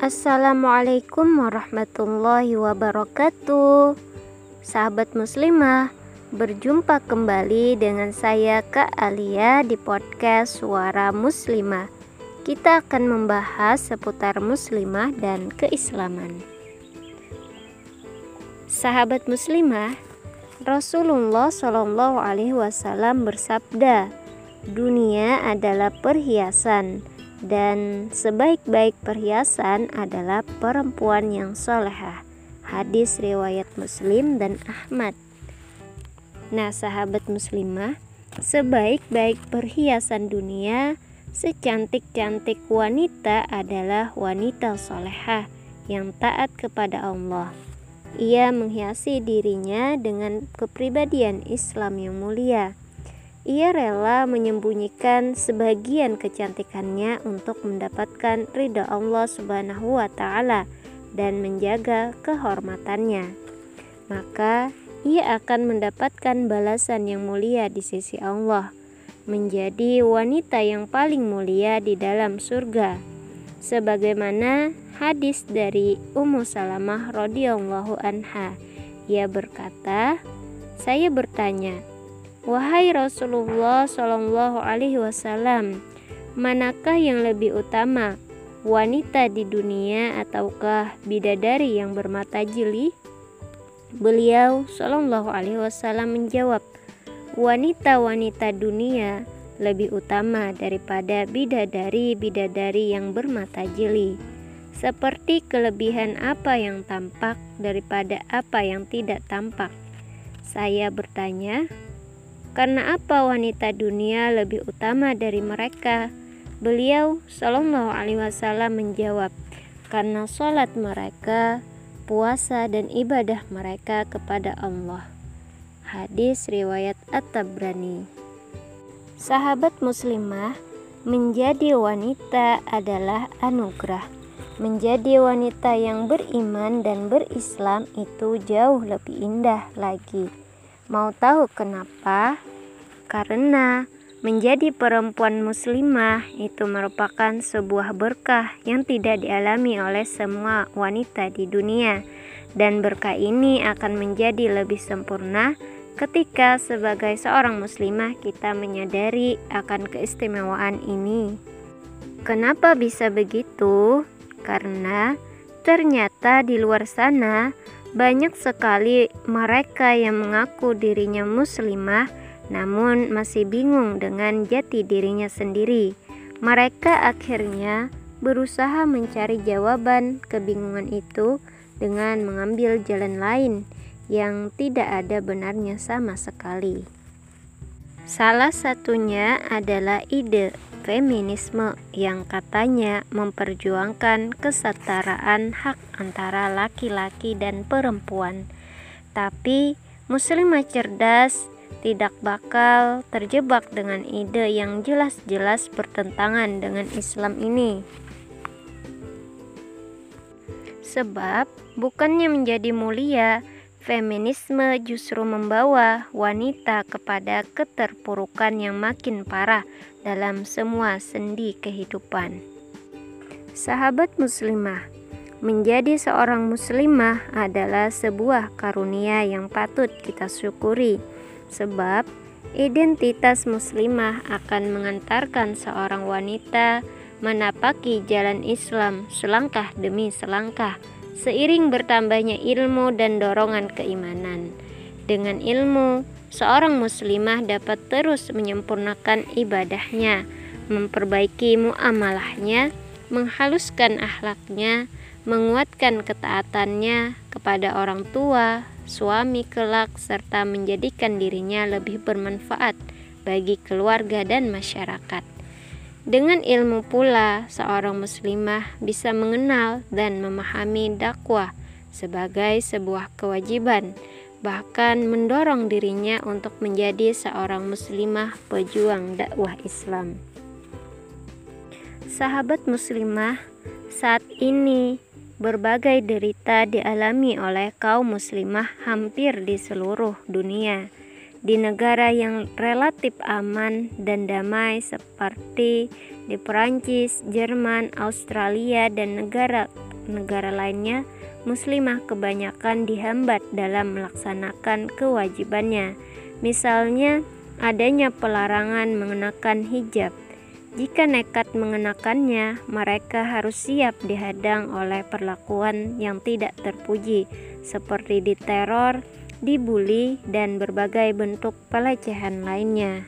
Assalamualaikum warahmatullahi wabarakatuh. Sahabat muslimah, berjumpa kembali dengan saya Kak Alia di podcast Suara Muslimah. Kita akan membahas seputar muslimah dan keislaman. Sahabat muslimah, Rasulullah Shallallahu Alaihi Wasallam bersabda, dunia adalah perhiasan, dan sebaik-baik perhiasan adalah perempuan yang solehah. Hadis riwayat Muslim dan Ahmad. Nah, sahabat muslimah, sebaik-baik perhiasan dunia, secantik-cantik wanita adalah wanita solehah yang taat kepada Allah. Ia menghiasi dirinya dengan kepribadian Islam yang mulia. Ia rela menyembunyikan sebagian kecantikannya untuk mendapatkan ridha Allah Subhanahu wa Ta'ala dan menjaga kehormatannya. Maka ia akan mendapatkan balasan yang mulia di sisi Allah, menjadi wanita yang paling mulia di dalam surga. Sebagaimana hadis dari Ummu Salamah radhiyallahu anha, ia berkata, saya bertanya, wahai Rasulullah Shallallahu Alaihi Wasallam, manakah yang lebih utama, wanita di dunia ataukah bidadari yang bermata jeli? Beliau Shallallahu Alaihi Wasallam menjawab, wanita-wanita dunia lebih utama daripada bidadari-bidadari yang bermata jeli. Seperti kelebihan apa yang tampak daripada apa yang tidak tampak. Saya bertanya, karena apa wanita dunia lebih utama dari mereka? Beliau Shallallahu Alaihi Wasallam menjawab, karena sholat mereka, puasa dan ibadah mereka kepada Allah. Hadis riwayat At-Tabrani. Sahabat muslimah, menjadi wanita adalah anugerah. Menjadi wanita yang beriman dan berislam itu jauh lebih indah lagi. Mau tahu kenapa? Karena menjadi perempuan muslimah itu merupakan sebuah berkah yang tidak dialami oleh semua wanita di dunia. Dan berkah ini akan menjadi lebih sempurna ketika sebagai seorang muslimah kita menyadari akan keistimewaan ini. Kenapa bisa begitu? Karena ternyata di luar sana banyak sekali mereka yang mengaku dirinya muslimah namun masih bingung dengan jati dirinya sendiri. Mereka akhirnya berusaha mencari jawaban kebingungan itu dengan mengambil jalan lain yang tidak ada benarnya sama sekali. Salah satunya adalah ide feminisme yang katanya memperjuangkan kesetaraan hak antara laki-laki dan perempuan. Tapi muslimah cerdas tidak bakal terjebak dengan ide yang jelas-jelas bertentangan dengan Islam ini. Sebab bukannya menjadi mulia, feminisme justru membawa wanita kepada keterpurukan yang makin parah dalam semua sendi kehidupan. Sahabat muslimah, menjadi seorang muslimah adalah sebuah karunia yang patut kita syukuri. Sebab identitas muslimah akan mengantarkan seorang wanita menapaki jalan Islam selangkah demi selangkah, seiring bertambahnya ilmu dan dorongan keimanan. Dengan ilmu, seorang muslimah dapat terus menyempurnakan ibadahnya, memperbaiki muamalahnya, menghaluskan akhlaknya, menguatkan ketaatannya kepada orang tua, suami kelak, serta menjadikan dirinya lebih bermanfaat bagi keluarga dan masyarakat. Dengan ilmu pula, seorang muslimah bisa mengenal dan memahami dakwah sebagai sebuah kewajiban, bahkan mendorong dirinya untuk menjadi seorang muslimah pejuang dakwah Islam. Sahabat muslimah, saat ini berbagai derita dialami oleh kaum muslimah hampir di seluruh dunia. Di negara yang relatif aman dan damai seperti di Perancis, Jerman, Australia, dan negara negara lainnya, muslimah kebanyakan dihambat dalam melaksanakan kewajibannya. Misalnya, adanya pelarangan mengenakan hijab. Jika nekat mengenakannya, mereka harus siap dihadang oleh perlakuan yang tidak terpuji, seperti diteror, dibuli, dan berbagai bentuk pelecehan lainnya.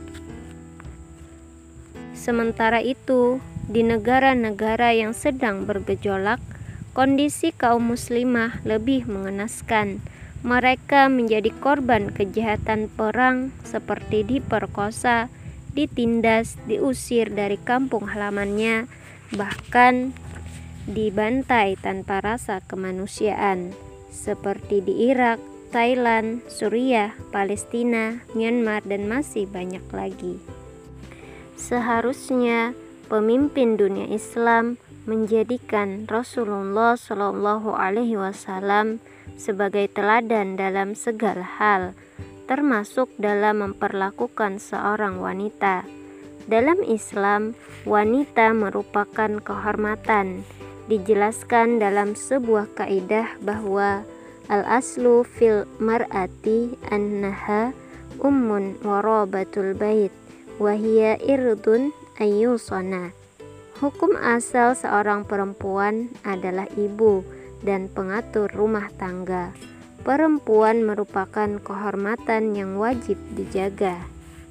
Sementara itu, di negara-negara yang sedang bergejolak, kondisi kaum muslimah lebih mengenaskan. Mereka menjadi korban kejahatan perang seperti diperkosa, ditindas, diusir dari kampung halamannya, bahkan dibantai tanpa rasa kemanusiaan, seperti di Irak, Thailand, Suriah, Palestina, Myanmar, dan masih banyak lagi. Seharusnya pemimpin dunia Islam menjadikan Rasulullah Shallallahu Alaihi Wasallam sebagai teladan dalam segala hal, termasuk dalam memperlakukan seorang wanita. Dalam Islam, wanita merupakan kehormatan. Dijelaskan dalam sebuah kaidah bahwa al-aslu fil mar'ati annaha ummun warabatul bait wa hiya irdun ayyusana. Hukum asal seorang perempuan adalah ibu dan pengatur rumah tangga. Perempuan merupakan kehormatan yang wajib dijaga.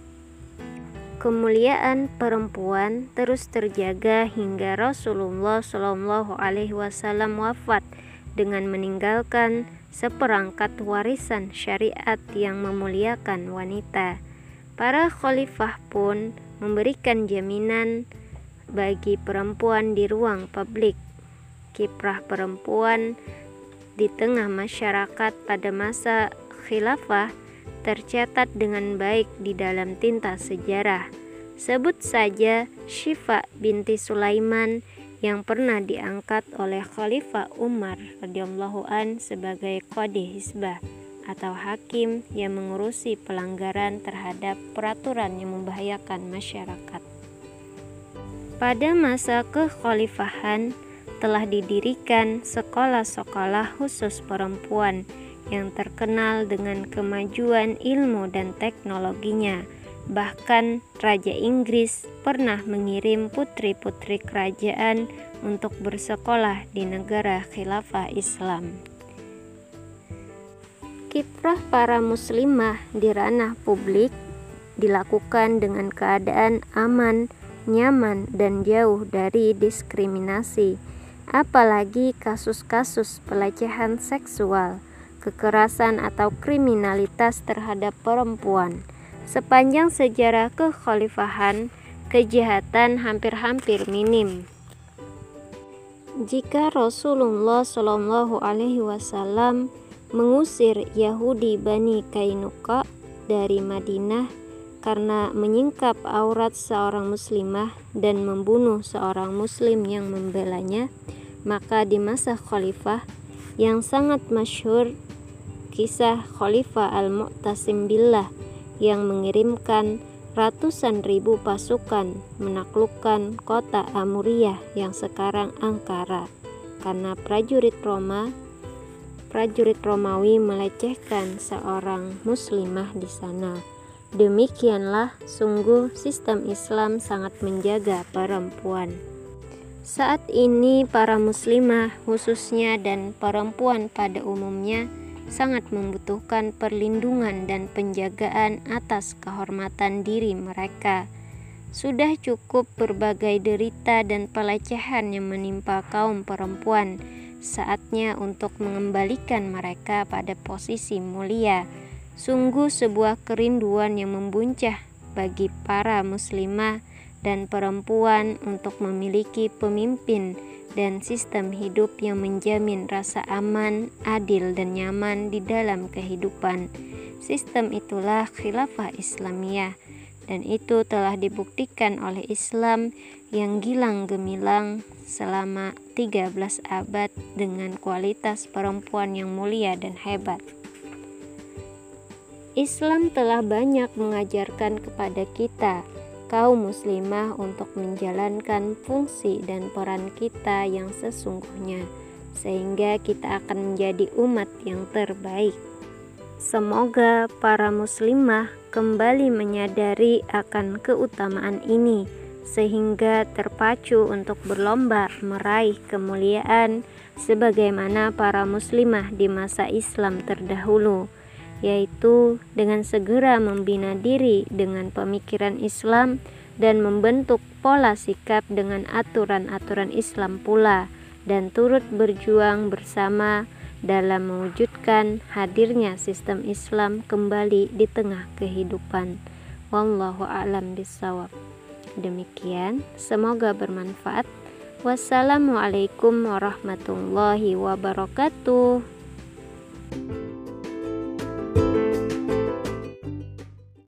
Kemuliaan perempuan terus terjaga hingga Rasulullah Shallallahu Alaihi Wasallam wafat dengan meninggalkan seperangkat warisan syariat yang memuliakan wanita. Para khalifah pun memberikan jaminan bagi perempuan di ruang publik. Kiprah perempuan di tengah masyarakat pada masa khilafah tercatat dengan baik di dalam tinta sejarah. Sebut saja Syifa binti Sulaiman yang pernah diangkat oleh Khalifah Umar radhiyallahu an sebagai qadhi hisbah atau hakim yang mengurusi pelanggaran terhadap peraturan yang membahayakan masyarakat. Pada masa kekhalifahan telah didirikan sekolah-sekolah khusus perempuan yang terkenal dengan kemajuan ilmu dan teknologinya. Bahkan Raja Inggris pernah mengirim putri-putri kerajaan untuk bersekolah di negara khilafah Islam. Kiprah para muslimah di ranah publik dilakukan dengan keadaan aman, nyaman, dan jauh dari diskriminasi, apalagi kasus-kasus pelecehan seksual, kekerasan atau kriminalitas terhadap perempuan. Sepanjang sejarah kekhalifahan, kejahatan hampir-hampir minim. Jika Rasulullah Shallallahu Alaihi Wasallam mengusir Yahudi Bani Kainuqa dari Madinah karena menyingkap aurat seorang muslimah dan membunuh seorang muslim yang membelanya, maka di masa khalifah yang sangat masyhur kisah Khalifah Al-Mu'tasim Billah yang mengirimkan ratusan ribu pasukan menaklukkan kota Amuriyah yang sekarang Ankara karena prajurit Romawi melecehkan seorang muslimah di sana. Demikianlah sungguh sistem Islam sangat menjaga perempuan. Saat ini para muslimah khususnya dan perempuan pada umumnya sangat membutuhkan perlindungan dan penjagaan atas kehormatan diri mereka. Sudah cukup berbagai derita dan pelecehan yang menimpa kaum perempuan. Saatnya untuk mengembalikan mereka pada posisi mulia. Sungguh sebuah kerinduan yang membuncah bagi para muslimah dan perempuan untuk memiliki pemimpin dan sistem hidup yang menjamin rasa aman, adil, dan nyaman di dalam kehidupan. Sistem itulah khilafah Islamiyah, dan itu telah dibuktikan oleh Islam yang gilang gemilang selama 13 abad dengan kualitas perempuan yang mulia dan hebat. Islam telah banyak mengajarkan kepada kita kaum muslimah untuk menjalankan fungsi dan peran kita yang sesungguhnya, sehingga kita akan menjadi umat yang terbaik. Semoga para muslimah kembali menyadari akan keutamaan ini, sehingga terpacu untuk berlomba meraih kemuliaan sebagaimana para muslimah di masa Islam terdahulu, yaitu dengan segera membina diri dengan pemikiran Islam dan membentuk pola sikap dengan aturan-aturan Islam pula, dan turut berjuang bersama dalam mewujudkan hadirnya sistem Islam kembali di tengah kehidupan. Wallahu a'lam bishawab. Demikian, semoga bermanfaat. Wassalamualaikum warahmatullahi wabarakatuh.